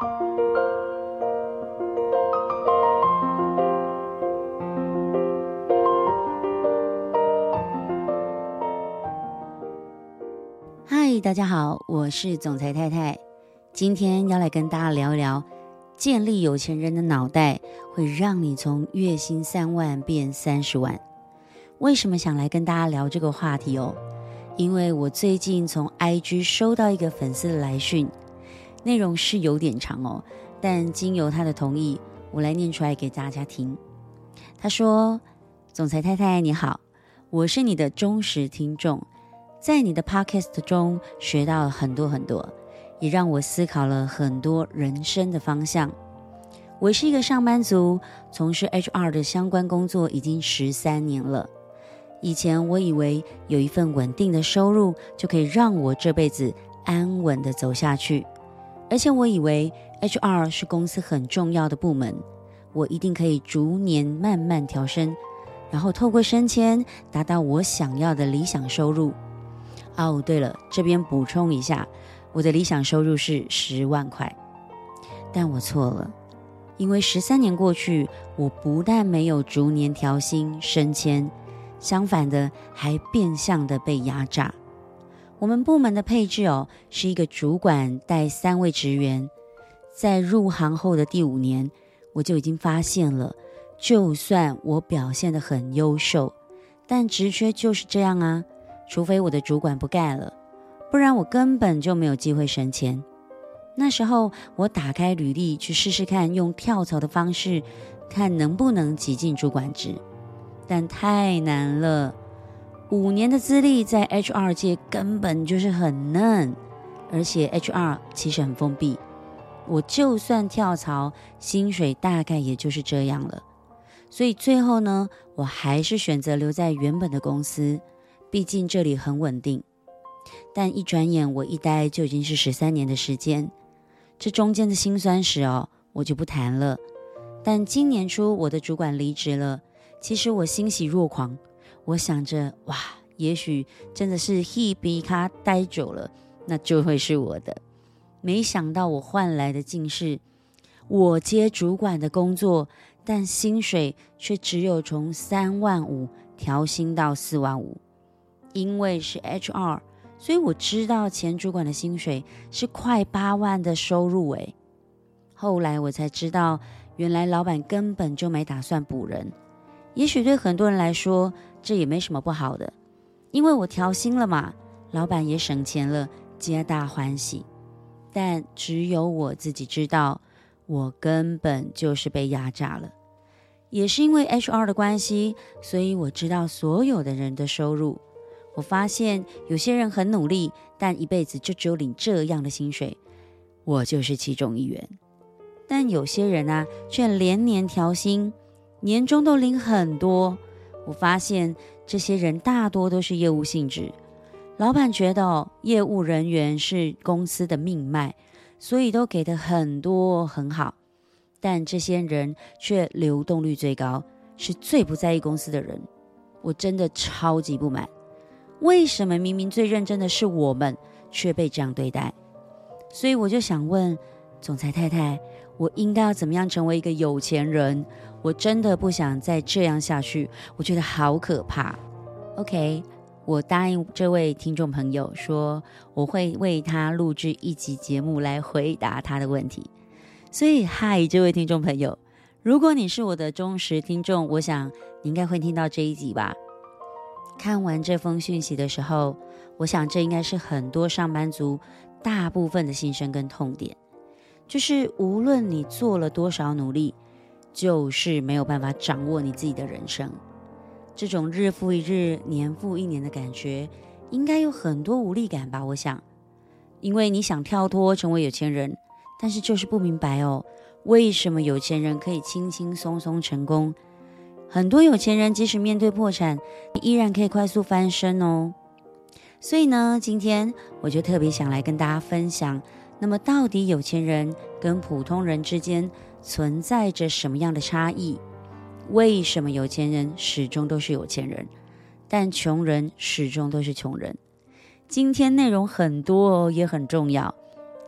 嗨，大家好，我是总裁太太。今天要来跟大家聊一聊，建立有钱人的脑袋会让你从月薪3万变30万。为什么想来跟大家聊这个话题哦？因为我最近从 IG 收到一个粉丝的来讯，内容是有点长哦，但经由他的同意，我来念出来给大家听。他说：总裁太太你好，我是你的忠实听众，在你的 podcast 中学到了很多，也让我思考了很多人生的方向。我是一个上班族，从事 HR 的相关工作已经13年了。以前我以为有一份稳定的收入就可以让我这辈子安稳地走下去，而且我以为 HR 是公司很重要的部门，我一定可以逐年慢慢调升，然后透过升迁达到我想要的理想收入。哦，对了，这边补充一下，我的理想收入是10万块。但我错了，因为13年过去，我不但没有逐年调薪升迁，相反的还变相的被压榨。我们部门的配置是一个主管带3位职员。在入行后的第5年，我就已经发现了，就算我表现得很优秀，但职缺就是这样啊，除非我的主管不干了，不然我根本就没有机会升迁。那时候我打开履历去试试看，用跳槽的方式看能不能挤进主管职，但太难了。5年的资历在 HR 界根本就是很嫩，而且 HR 其实很封闭，我就算跳槽，薪水大概也就是这样了。所以最后呢，我还是选择留在原本的公司，毕竟这里很稳定。但一转眼我一待就已经是13年的时间，这中间的辛酸史我就不谈了。但今年初我的主管离职了，其实我欣喜若狂，我想着哇，也许真的是一比他待久了，那就会是我的。没想到我换来的竟是我接主管的工作，但薪水却只有从3万5调薪到4万5。因为是 HR， 所以我知道前主管的薪水是快8万的收入诶。后来我才知道，原来老板根本就没打算补人。也许对很多人来说，这也没什么不好的，因为我调薪了嘛，老板也省钱了，皆大欢喜。但只有我自己知道，我根本就是被压榨了。也是因为 HR 的关系，所以我知道所有的人的收入。我发现有些人很努力，但一辈子就只有领这样的薪水，我就是其中一员。但有些人却连年调薪，年终都领很多。我发现这些人大多都是业务性质，老板觉得业务人员是公司的命脉，所以都给的很多很好。但这些人却流动率最高，是最不在意公司的人。我真的超级不满，为什么明明最认真的是我们，却被这样对待？所以我就想问总裁太太，我应该要怎么样成为一个有钱人？我真的不想再这样下去，我觉得好可怕。OK， 我答应这位听众朋友说，我会为他录制一集节目来回答他的问题。所以嗨，这位听众朋友，如果你是我的忠实听众，我想你应该会听到这一集吧。看完这封讯息的时候，我想这应该是很多上班族大部分的心声跟痛点，就是无论你做了多少努力，就是没有办法掌握你自己的人生。这种日复一日、年复一年的感觉，应该有很多无力感吧，我想。因为你想跳脱成为有钱人，但是就是不明白为什么有钱人可以轻轻松松成功？很多有钱人即使面对破产，依然可以快速翻身哦。所以呢，今天我就特别想来跟大家分享，那么到底有钱人跟普通人之间存在着什么样的差异？为什么有钱人始终都是有钱人，但穷人始终都是穷人？今天内容很多也很重要，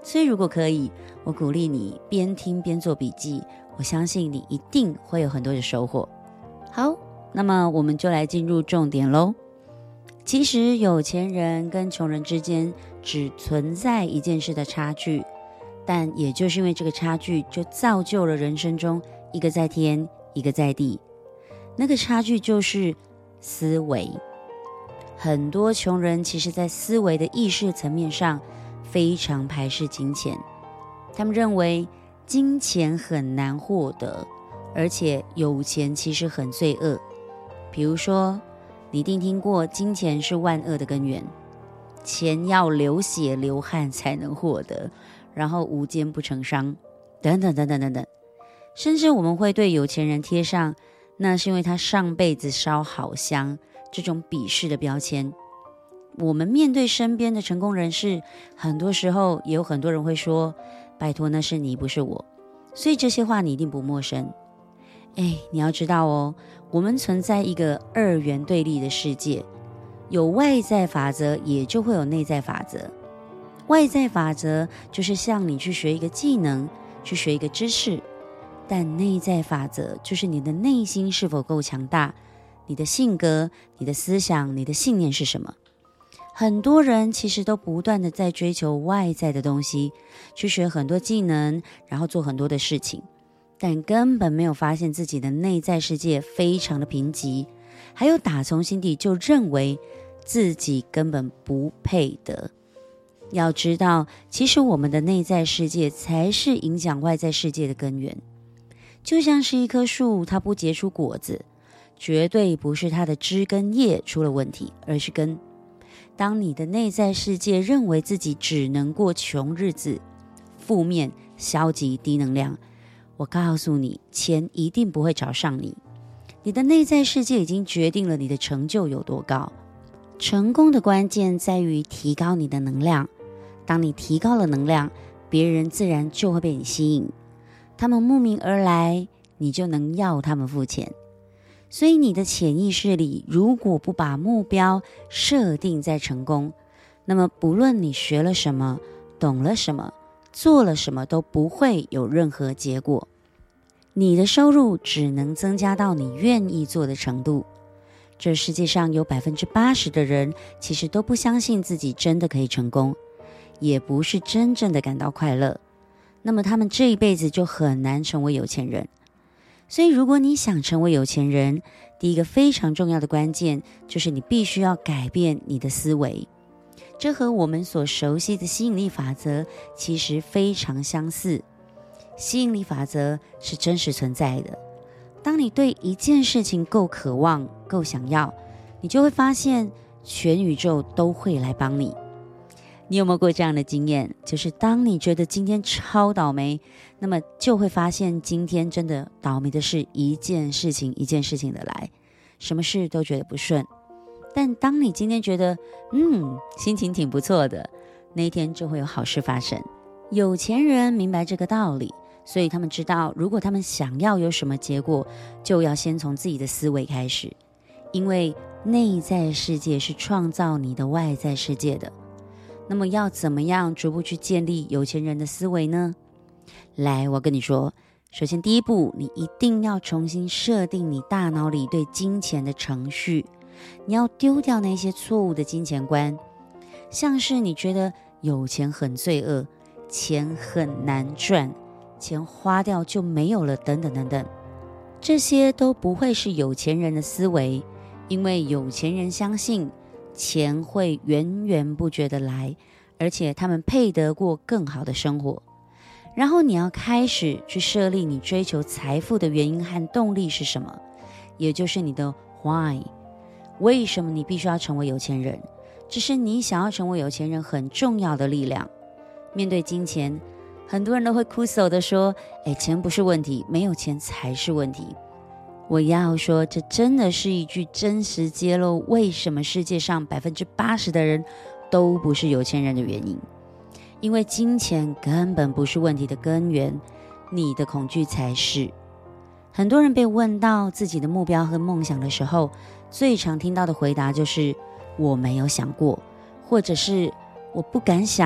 所以如果可以，我鼓励你边听边做笔记，我相信你一定会有很多的收获。好，那么我们就来进入重点咯。其实有钱人跟穷人之间只存在一件事的差距，但也就是因为这个差距，就造就了人生中一个在天，一个在地。那个差距就是思维。很多穷人其实在思维的意识层面上非常排斥金钱，他们认为金钱很难获得，而且有钱其实很罪恶。比如说，你一定听过金钱是万恶的根源，钱要流血流汗才能获得，然后无奸不成商，等等等等等等。甚至我们会对有钱人贴上那是因为他上辈子烧好香这种鄙视的标签。我们面对身边的成功人士，很多时候也有很多人会说，拜托那是你不是我，所以这些话你一定不陌生。你要知道哦，我们存在一个二元对立的世界，有外在法则也就会有内在法则。外在法则就是像你去学一个技能，去学一个知识，但内在法则就是你的内心是否够强大，你的性格，你的思想，你的信念是什么。很多人其实都不断的在追求外在的东西，去学很多技能，然后做很多的事情，但根本没有发现自己的内在世界非常的贫瘠，还有打从心底就认为自己根本不配得。要知道，其实我们的内在世界才是影响外在世界的根源。就像是一棵树，它不结出果子，绝对不是它的枝跟叶出了问题，而是根。当你的内在世界认为自己只能过穷日子，负面、消极、低能量，我告诉你，钱一定不会找上你。你的内在世界已经决定了你的成就有多高。成功的关键在于提高你的能量。当你提高了能量，别人自然就会被你吸引，他们慕名而来，你就能要他们付钱。所以你的潜意识里，如果不把目标设定在成功，那么不论你学了什么，懂了什么，做了什么，都不会有任何结果。你的收入只能增加到你愿意做的程度。这世界上有 80% 的人其实都不相信自己真的可以成功，也不是真正的感到快乐，那么他们这一辈子就很难成为有钱人。所以如果你想成为有钱人，第一个非常重要的关键就是你必须要改变你的思维。这和我们所熟悉的吸引力法则其实非常相似。吸引力法则是真实存在的。当你对一件事情够渴望、够想要，你就会发现全宇宙都会来帮你。你有没有过这样的经验？就是当你觉得今天超倒霉，那么就会发现今天真的倒霉的是一件事情一件事情的来，什么事都觉得不顺。但当你今天觉得心情挺不错的，那一天就会有好事发生。有钱人明白这个道理，所以他们知道，如果他们想要有什么结果，就要先从自己的思维开始，因为内在世界是创造你的外在世界的。那么要怎么样逐步去建立有钱人的思维呢？来，我跟你说，首先第一步，你一定要重新设定你大脑里对金钱的程序。你要丢掉那些错误的金钱观，像是你觉得有钱很罪恶，钱很难赚，钱花掉就没有了，等等等等，这些都不会是有钱人的思维，因为有钱人相信钱会源源不绝的来，而且他们配得过更好的生活。然后你要开始去设立你追求财富的原因和动力是什么，也就是你的 why。 为什么你必须要成为有钱人？这是你想要成为有钱人很重要的力量。面对金钱，很多人都会哭诉的说，钱不是问题，没有钱才是问题。我要说，这真的是一句真实揭露为什么世界上 80% 的人都不是有钱人的原因。因为金钱根本不是问题的根源，你的恐惧才是。很多人被问到自己的目标和梦想的时候，最常听到的回答就是我没有想过，或者是我不敢想，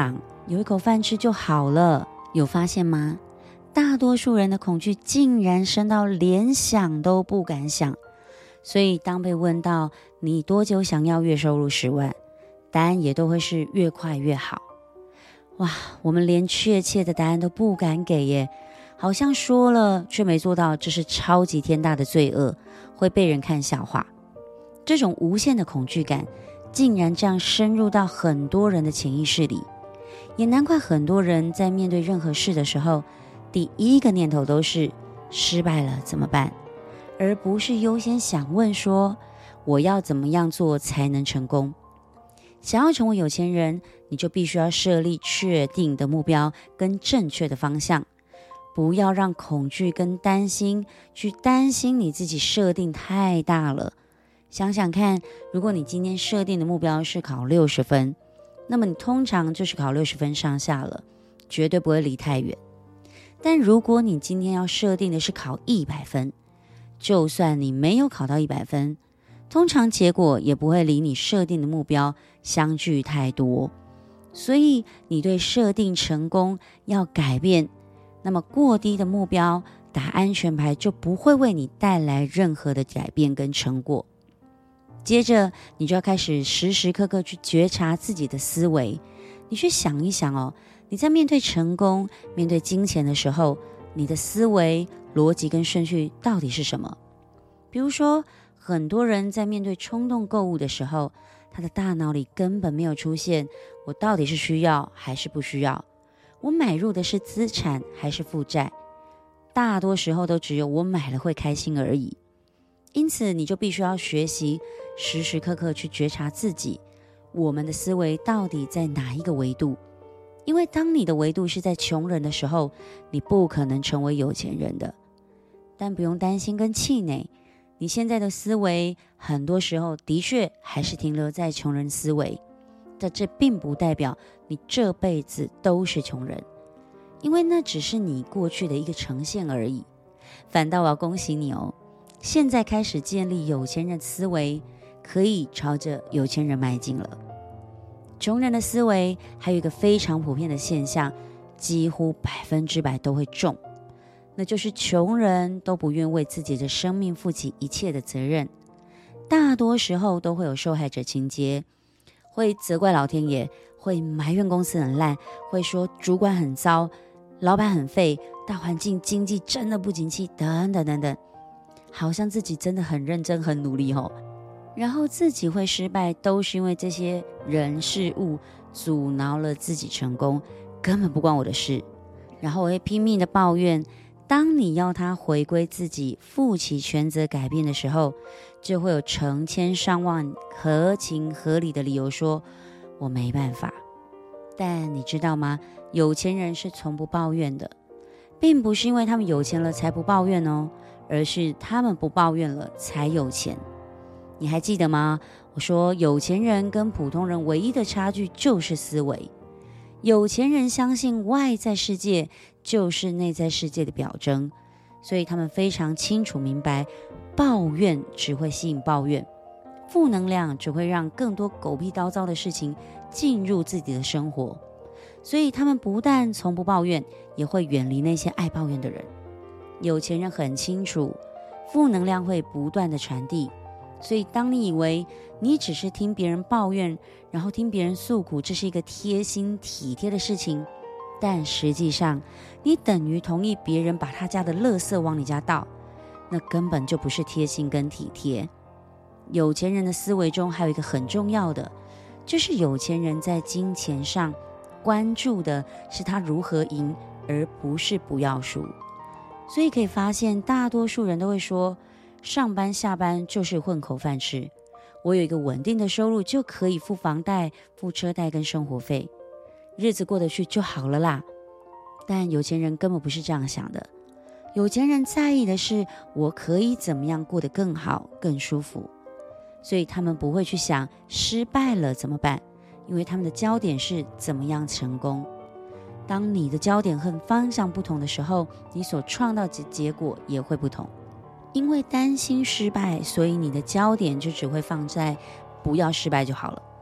有一口饭吃就好了。有发现吗？大多数人的恐惧竟然深到连想都不敢想。所以当被问到你多久想要月收入10万，答案也都会是越快越好。哇，我们连确切的答案都不敢给耶，好像说了却没做到，这是超级天大的罪恶，会被人看笑话。这种无限的恐惧感竟然这样深入到很多人的潜意识里，也难怪很多人在面对任何事的时候，第一个念头都是失败了怎么办，而不是优先想问说我要怎么样做才能成功。想要成为有钱人，你就必须要设立确定的目标跟正确的方向，不要让恐惧跟担心去担心你自己设定太大了。想想看，如果你今天设定的目标是考60分，那么你通常就是考60分上下了，绝对不会离太远。但如果你今天要设定的是考100分，就算你没有考到100分，通常结果也不会离你设定的目标相距太多。所以你对设定成功要改变，那么过低的目标打安全牌就不会为你带来任何的改变跟成果。接着你就要开始时时刻刻去觉察自己的思维，你去想一想哦，你在面对成功、面对金钱的时候，你的思维、逻辑跟顺序到底是什么？比如说，很多人在面对冲动购物的时候，他的大脑里根本没有出现我到底是需要还是不需要，我买入的是资产还是负债，大多时候都只有我买了会开心而已。因此你就必须要学习时时刻刻去觉察自己，我们的思维到底在哪一个维度。因为当你的维度是在穷人的时候，你不可能成为有钱人的。但不用担心跟气馁，你现在的思维很多时候的确还是停留在穷人思维，但这并不代表你这辈子都是穷人，因为那只是你过去的一个呈现而已。反倒我要恭喜你哦，现在开始建立有钱人思维，可以朝着有钱人迈进了。穷人的思维还有一个非常普遍的现象，几乎100%都会中，那就是穷人都不愿为自己的生命负起一切的责任，大多时候都会有受害者情节，会责怪老天爷，会埋怨公司很烂，会说主管很糟，老板很废，大环境经济真的不景气，等等等等，好像自己真的很认真很努力哦，然后自己会失败都是因为这些人事物阻挠了自己成功，根本不关我的事。然后我会拼命的抱怨，当你要他回归自己负起全责改变的时候，就会有成千上万合情合理的理由说我没办法。但你知道吗，有钱人是从不抱怨的，并不是因为他们有钱了才不抱怨哦，而是他们不抱怨了才有钱。你还记得吗？我说有钱人跟普通人唯一的差距就是思维。有钱人相信外在世界就是内在世界的表征，所以他们非常清楚明白，抱怨只会吸引抱怨，负能量只会让更多狗屁叨糟的事情进入自己的生活。所以他们不但从不抱怨，也会远离那些爱抱怨的人。有钱人很清楚，负能量会不断的传递，所以当你以为你只是听别人抱怨，然后听别人诉苦，这是一个贴心体贴的事情，但实际上你等于同意别人把他家的垃圾往你家倒，那根本就不是贴心跟体贴。有钱人的思维中还有一个很重要的，就是有钱人在金钱上关注的是他如何赢，而不是不要输。所以可以发现，大多数人都会说，上班下班就是混口饭吃，我有一个稳定的收入就可以付房贷、付车贷跟生活费，日子过得去就好了啦。但有钱人根本不是这样想的，有钱人在意的是我可以怎么样过得更好、更舒服，所以他们不会去想失败了怎么办，因为他们的焦点是怎么样成功。当你的焦点和方向不同的时候，你所创造的结果也会不同。因为担心失败，所以你的焦点就只会放在不要失败就好了。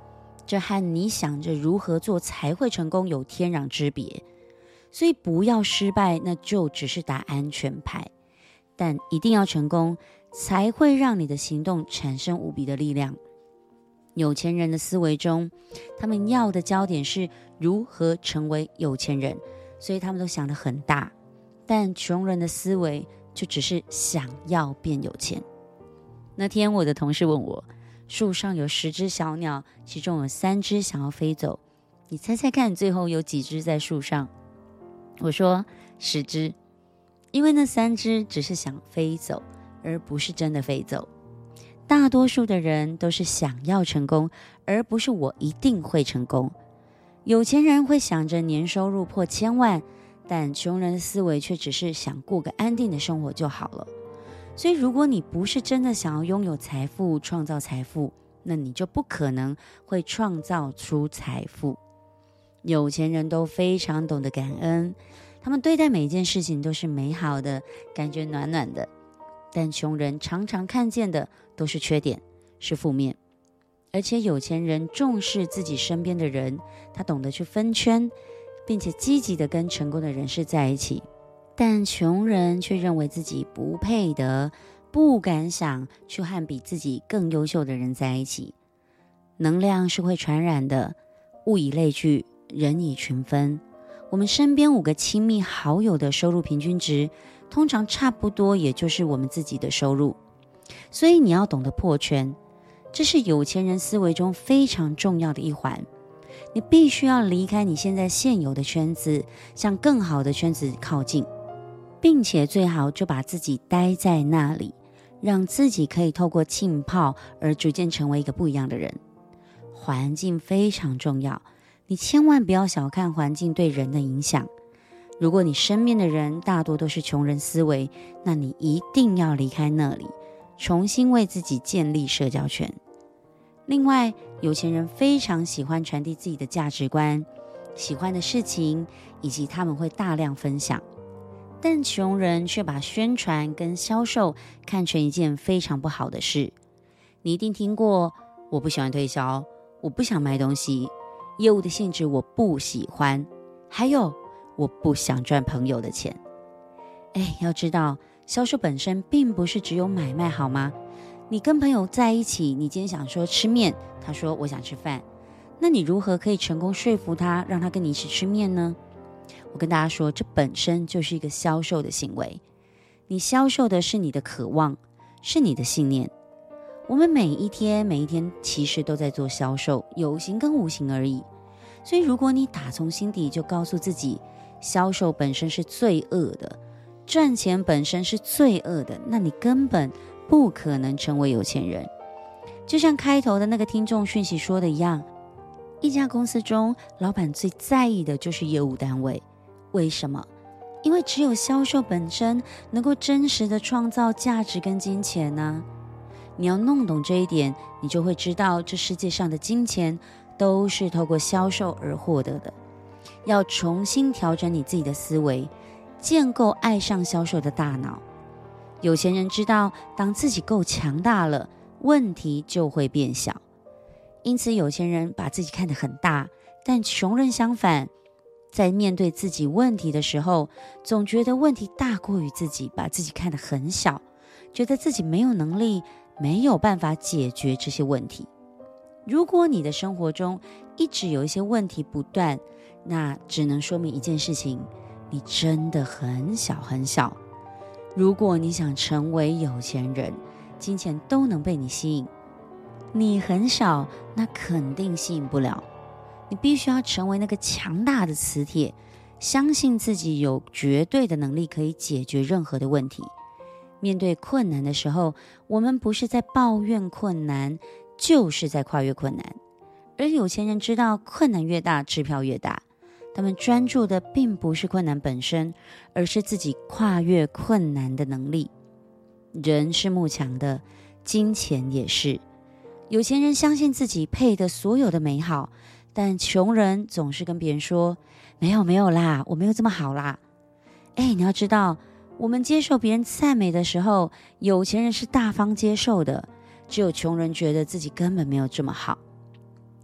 这和你想着如何做才会成功有天壤之别。所以不要失败，那就只是打安全牌，但一定要成功，才会让你的行动产生无比的力量。有钱人的思维中，他们要的焦点是如何成为有钱人，所以他们都想得很大。但穷人的思维就只是想要变有钱。那天我的同事问我，树上有10只小鸟，其中有3只想要飞走，你猜猜看最后有几只在树上？我说10只，因为那3只只是想飞走，而不是真的飞走。大多数的人都是想要成功，而不是我一定会成功。有钱人会想着年收入破1000万，但穷人的思维却只是想过个安定的生活就好了。所以如果你不是真的想要拥有财富，创造财富，那你就不可能会创造出财富。有钱人都非常懂得感恩，他们对待每一件事情都是美好的，感觉暖暖的。但穷人常常看见的都是缺点，是负面。而且有钱人重视自己身边的人，他懂得去分圈，并且积极的跟成功的人士在一起。但穷人却认为自己不配得，不敢想去和比自己更优秀的人在一起。能量是会传染的，物以类聚，人以群分。我们身边5个亲密好友的收入平均值，通常差不多也就是我们自己的收入。所以你要懂得破圈，这是有钱人思维中非常重要的一环。你必须要离开你现在现有的圈子，向更好的圈子靠近，并且最好就把自己待在那里，让自己可以透过浸泡而逐渐成为一个不一样的人。环境非常重要，你千万不要小看环境对人的影响。如果你身边的人大多都是穷人思维，那你一定要离开那里，重新为自己建立社交圈。另外，有钱人非常喜欢传递自己的价值观、喜欢的事情，以及他们会大量分享。但穷人却把宣传跟销售看成一件非常不好的事。你一定听过，我不喜欢推销，我不想卖东西，业务的性质我不喜欢，还有我不想赚朋友的钱。要知道，销售本身并不是只有买卖，好吗？你跟朋友在一起，你今天想说吃面，他说我想吃饭，那你如何可以成功说服他，让他跟你一起吃面呢？我跟大家说，这本身就是一个销售的行为。你销售的是你的渴望，是你的信念。我们每一天其实都在做销售，有形跟无形而已。所以如果你打从心底就告诉自己，销售本身是罪恶的，赚钱本身是罪恶的，那你根本不可能成为有钱人。就像开头的那个听众讯息说的一样，一家公司中，老板最在意的就是业务单位。为什么？因为只有销售本身能够真实的创造价值跟金钱呢。你要弄懂这一点，你就会知道这世界上的金钱都是透过销售而获得的。要重新调整你自己的思维，建构爱上销售的大脑。有钱人知道，当自己够强大了，问题就会变小。因此有钱人把自己看得很大，但穷人相反，在面对自己问题的时候，总觉得问题大过于自己，把自己看得很小，觉得自己没有能力，没有办法解决这些问题。如果你的生活中一直有一些问题不断，那只能说明一件事情，你真的很小很小。如果你想成为有钱人，金钱都能被你吸引，你很小，那肯定吸引不了。你必须要成为那个强大的磁铁，相信自己有绝对的能力可以解决任何的问题。面对困难的时候，我们不是在抱怨困难，就是在跨越困难。而有钱人知道，困难越大，支票越大。他们专注的并不是困难本身，而是自己跨越困难的能力。人是慕强的，金钱也是。有钱人相信自己配得所有的美好，但穷人总是跟别人说，没有啦，我没有这么好啦。你要知道，我们接受别人赞美的时候，有钱人是大方接受的，只有穷人觉得自己根本没有这么好。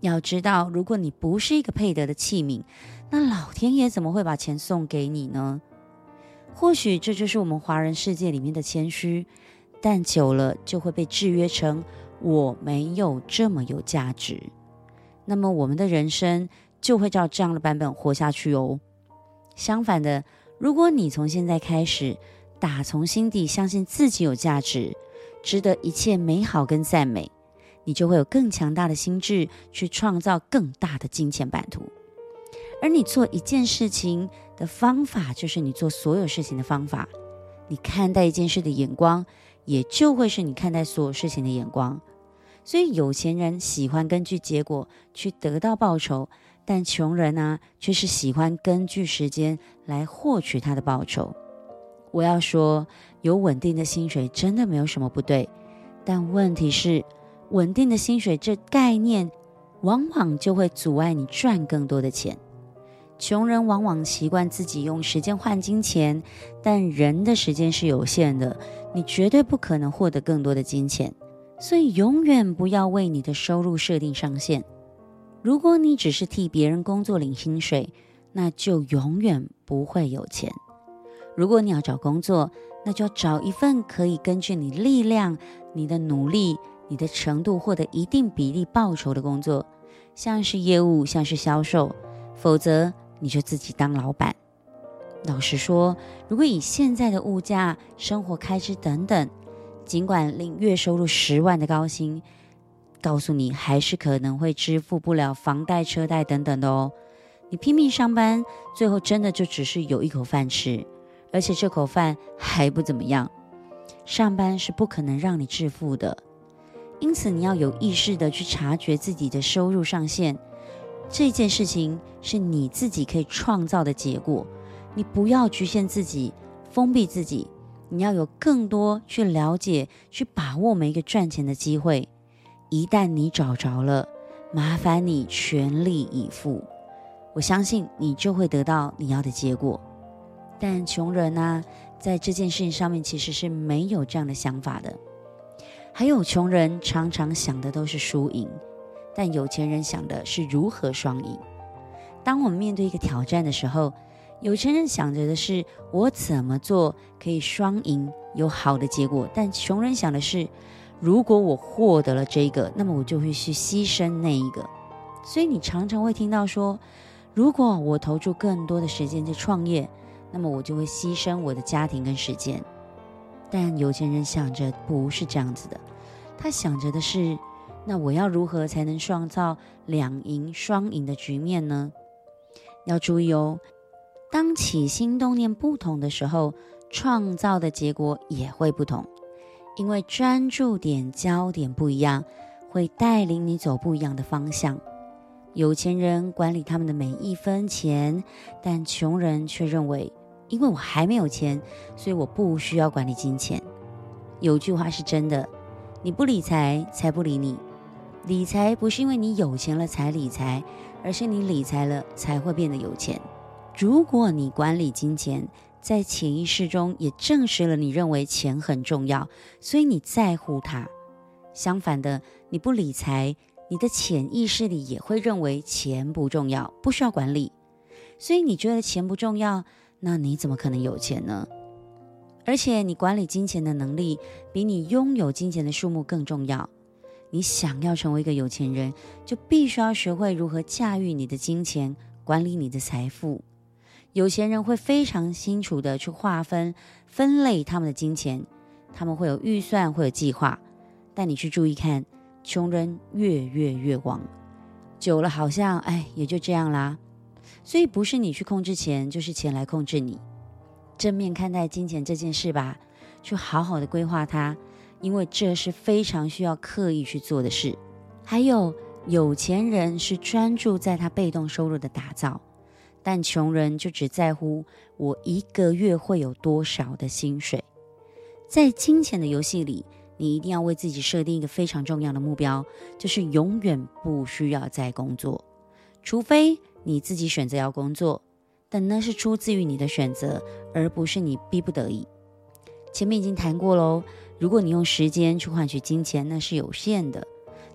要知道，如果你不是一个配得的器皿，那老天爷怎么会把钱送给你呢？或许这就是我们华人世界里面的谦虚，但久了就会被制约成我没有这么有价值。那么我们的人生就会照这样的版本活下去哦。相反的，如果你从现在开始打从心底相信自己有价值，值得一切美好跟赞美，你就会有更强大的心智去创造更大的金钱版图。而你做一件事情的方法，就是你做所有事情的方法。你看待一件事的眼光，也就会是你看待所有事情的眼光。所以有钱人喜欢根据结果去得到报酬，但穷人啊，却是喜欢根据时间来获取他的报酬。我要说，有稳定的薪水真的没有什么不对，但问题是，稳定的薪水这概念往往就会阻碍你赚更多的钱。穷人往往习惯自己用时间换金钱，但人的时间是有限的，你绝对不可能获得更多的金钱。所以永远不要为你的收入设定上限。如果你只是替别人工作领薪水，那就永远不会有钱。如果你要找工作，那就要找一份可以根据你力量、你的努力、你的程度获得一定比例报酬的工作，像是业务，像是销售，否则你就自己当老板。老实说，如果以现在的物价、生活开支等等，尽管领月收入10万的高薪，告诉你还是可能会支付不了房贷、车贷等等的哦。你拼命上班，最后真的就只是有一口饭吃，而且这口饭还不怎么样。上班是不可能让你致富的，因此你要有意识的去察觉自己的收入上限。这件事情是你自己可以创造的结果，你不要局限自己，封闭自己。你要有更多去了解，去把握每一个赚钱的机会。一旦你找着了，麻烦你全力以赴，我相信你就会得到你要的结果。但穷人啊，在这件事情上面其实是没有这样的想法的。还有穷人常常想的都是输赢，但有钱人想的是如何双赢。当我们面对一个挑战的时候，有钱人想着的是我怎么做可以双赢，有好的结果，但穷人想的是，如果我获得了这个，那么我就会去牺牲那一个。所以你常常会听到说，如果我投注更多的时间在创业，那么我就会牺牲我的家庭跟时间。但有钱人想着不是这样子的，他想着的是，那我要如何才能创造两赢双赢的局面呢？要注意哦，当起心动念不同的时候，创造的结果也会不同。因为专注点、焦点不一样，会带领你走不一样的方向。有钱人管理他们的每一分钱，但穷人却认为，因为我还没有钱，所以我不需要管理金钱。有句话是真的，你不理财，财不理你。理财不是因为你有钱了才理财，而是你理财了才会变得有钱。如果你管理金钱，在潜意识中也证实了你认为钱很重要，所以你在乎它。相反的，你不理财，你的潜意识里也会认为钱不重要，不需要管理。所以你觉得钱不重要，那你怎么可能有钱呢？而且你管理金钱的能力比你拥有金钱的数目更重要。你想要成为一个有钱人，就必须要学会如何驾驭你的金钱，管理你的财富。有钱人会非常清楚的去划分、分类他们的金钱，他们会有预算，会有计划。但你去注意看，穷人越旺，久了好像也就这样啦。所以不是你去控制钱，就是钱来控制你。正面看待金钱这件事吧，去好好的规划它，因为这是非常需要刻意去做的事。还有，有钱人是专注在他被动收入的打造，但穷人就只在乎我一个月会有多少的薪水。在金钱的游戏里，你一定要为自己设定一个非常重要的目标，就是永远不需要再工作，除非你自己选择要工作，但那是出自于你的选择，而不是你逼不得已。前面已经谈过咯，如果你用时间去换取金钱，那是有限的。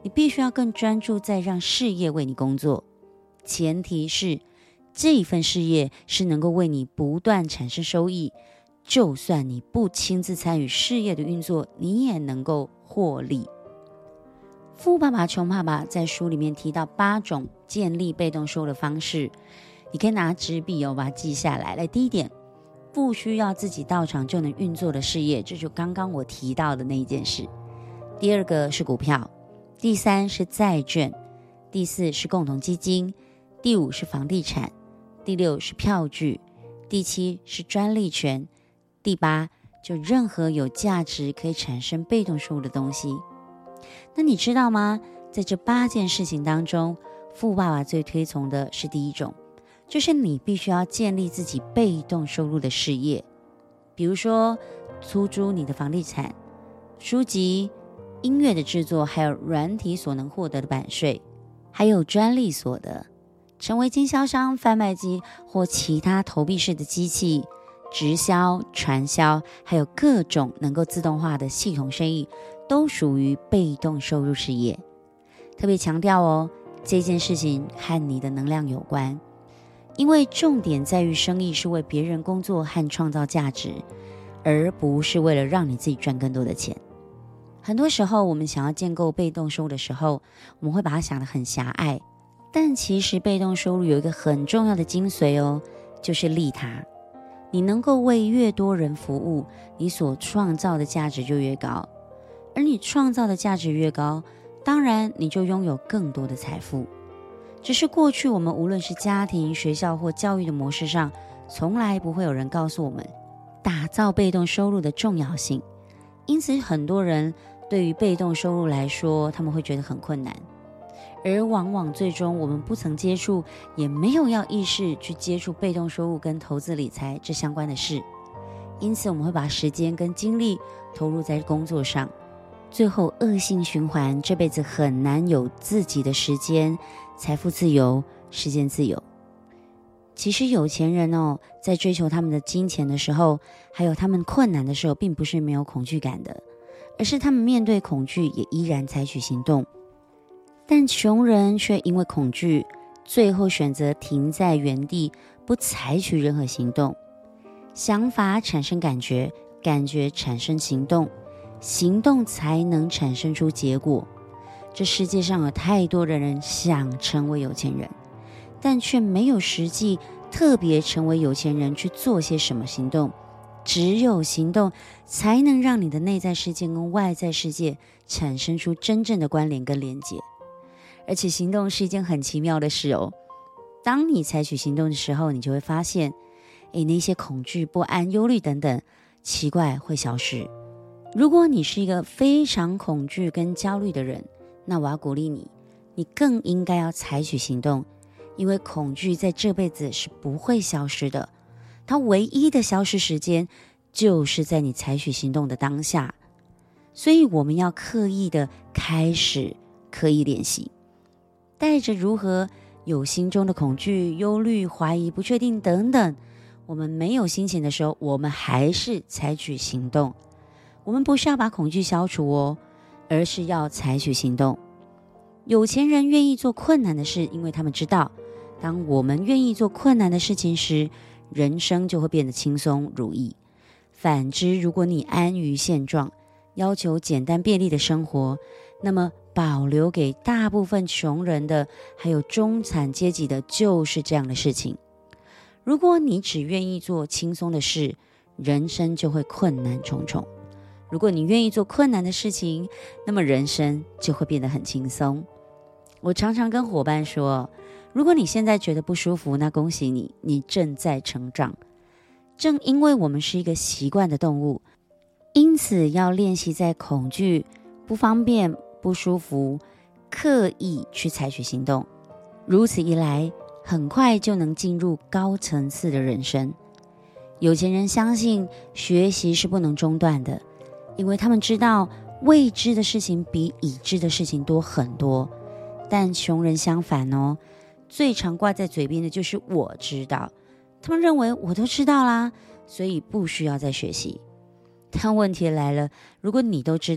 你必须要更专注在让事业为你工作，前提是这份事业是能够为你不断产生收益，就算你不亲自参与事业的运作，你也能够获利。富爸爸穷爸爸在书里面提到8种建立被动收入的方式，你可以拿纸笔把它记下来。第一点，不需要自己到场就能运作的事业，这就刚刚我提到的那一件事。第二个是股票，第3是债券，第4是共同基金，第5是房地产，第6是票据，第7是专利权，第8就任何有价值可以产生被动收入的东西。那你知道吗？在这8件事情当中，富爸爸最推崇的是第一种，就是你必须要建立自己被动收入的事业，比如说出租你的房地产、书籍、音乐的制作，还有软体所能获得的版税，还有专利所得，成为经销商、贩卖机或其他投币式的机器，直销、传销，还有各种能够自动化的系统生意，都属于被动收入事业。特别强调这件事情和你的能量有关，因为重点在于生意是为别人工作和创造价值，而不是为了让你自己赚更多的钱。很多时候我们想要建构被动收入的时候，我们会把它想得很狭隘，但其实被动收入有一个很重要的精髓就是利他。你能够为越多人服务，你所创造的价值就越高，而你创造的价值越高，当然你就拥有更多的财富。只是过去我们无论是家庭、学校或教育的模式上，从来不会有人告诉我们打造被动收入的重要性。因此很多人对于被动收入来说，他们会觉得很困难，而往往最终我们不曾接触，也没有要意识去接触被动收入跟投资理财这相关的事。因此我们会把时间跟精力投入在工作上，最后恶性循环，这辈子很难有自己的时间，财富自由，时间自由。其实有钱人在追求他们的金钱的时候，还有他们困难的时候，并不是没有恐惧感的，而是他们面对恐惧也依然采取行动。但穷人却因为恐惧，最后选择停在原地，不采取任何行动。想法产生感觉，感觉产生行动，行动才能产生出结果。这世界上有太多的人想成为有钱人，但却没有实际特别成为有钱人去做些什么行动。只有行动才能让你的内在世界跟外在世界产生出真正的关联跟连结。而且行动是一件很奇妙的事当你采取行动的时候，你就会发现那些恐惧、不安、忧虑等等奇怪会消失。如果你是一个非常恐惧跟焦虑的人，那我要鼓励你，你更应该要采取行动，因为恐惧在这辈子是不会消失的，它唯一的消失时间就是在你采取行动的当下。所以我们要刻意的开始，刻意练习，带着如何有心中的恐惧、忧虑、怀疑、不确定等等，我们没有心情的时候，我们还是采取行动。我们不是要把恐惧消除而是要采取行动。有钱人愿意做困难的事，因为他们知道，当我们愿意做困难的事情时，人生就会变得轻松如意。反之，如果你安于现状，要求简单便利的生活，那么保留给大部分穷人的，还有中产阶级的，就是这样的事情。如果你只愿意做轻松的事，人生就会困难重重。如果你愿意做困难的事情，那么人生就会变得很轻松。我常常跟伙伴说，如果你现在觉得不舒服，那恭喜你，你正在成长。正因为我们是一个习惯的动物，因此要练习在恐惧、不方便、不舒服，刻意去采取行动。如此一来，很快就能进入高层次的人生。有钱人相信学习是不能中断的，因为他们知道未知的事情比已知的事情多很多。但穷人相反最常挂在嘴边的就是我知道，他们认为我都知道啦，所以不需要再学习。但问题来了，如果你都知道，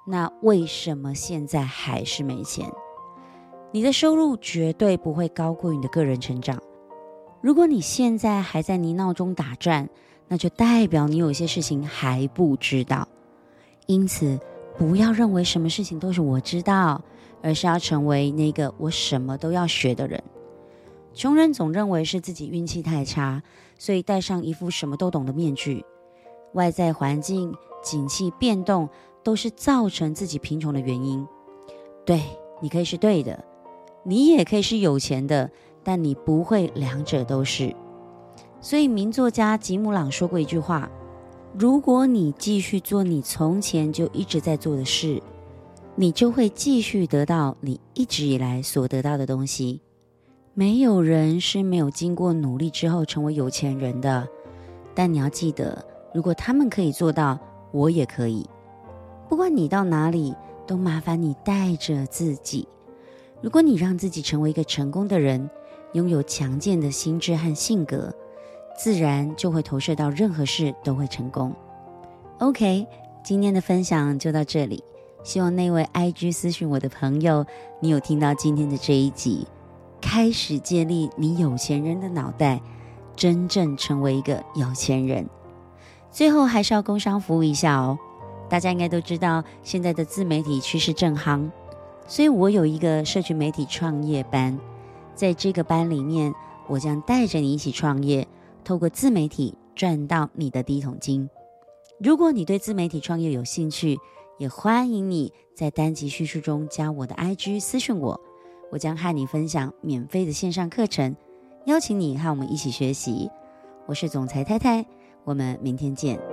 那为什么现在还是没钱？你的收入绝对不会高过你的个人成长。如果你现在还在泥淖中打转，那就代表你有些事情还不知道。因此，不要认为什么事情都是我知道，而是要成为那个我什么都要学的人。穷人总认为是自己运气太差，所以戴上一副什么都懂的面具。外在环境、景气变动都是造成自己贫穷的原因。对，你可以是对的，你也可以是有钱的，但你不会两者都是。所以名作家吉姆朗说过一句话，如果你继续做你从前就一直在做的事，你就会继续得到你一直以来所得到的东西。没有人是没有经过努力之后成为有钱人的，但你要记得，如果他们可以做到，我也可以。不管你到哪里，都麻烦你带着自己。如果你让自己成为一个成功的人，拥有强健的心智和性格，自然就会投射到任何事都会成功。OK， 今天的分享就到这里。希望那位 IG 私讯我的朋友，你有听到今天的这一集，开始建立你有钱人的脑袋，真正成为一个有钱人。最后还是要工商服务一下哦。大家应该都知道，现在的自媒体趋势正夯，所以我有一个社群媒体创业班。在这个班里面，我将带着你一起创业，透过自媒体赚到你的第一桶金。如果你对自媒体创业有兴趣，也欢迎你在单集叙述中加我的 IG 私讯我，我将和你分享免费的线上课程，邀请你和我们一起学习。我是总裁太太，我们明天见。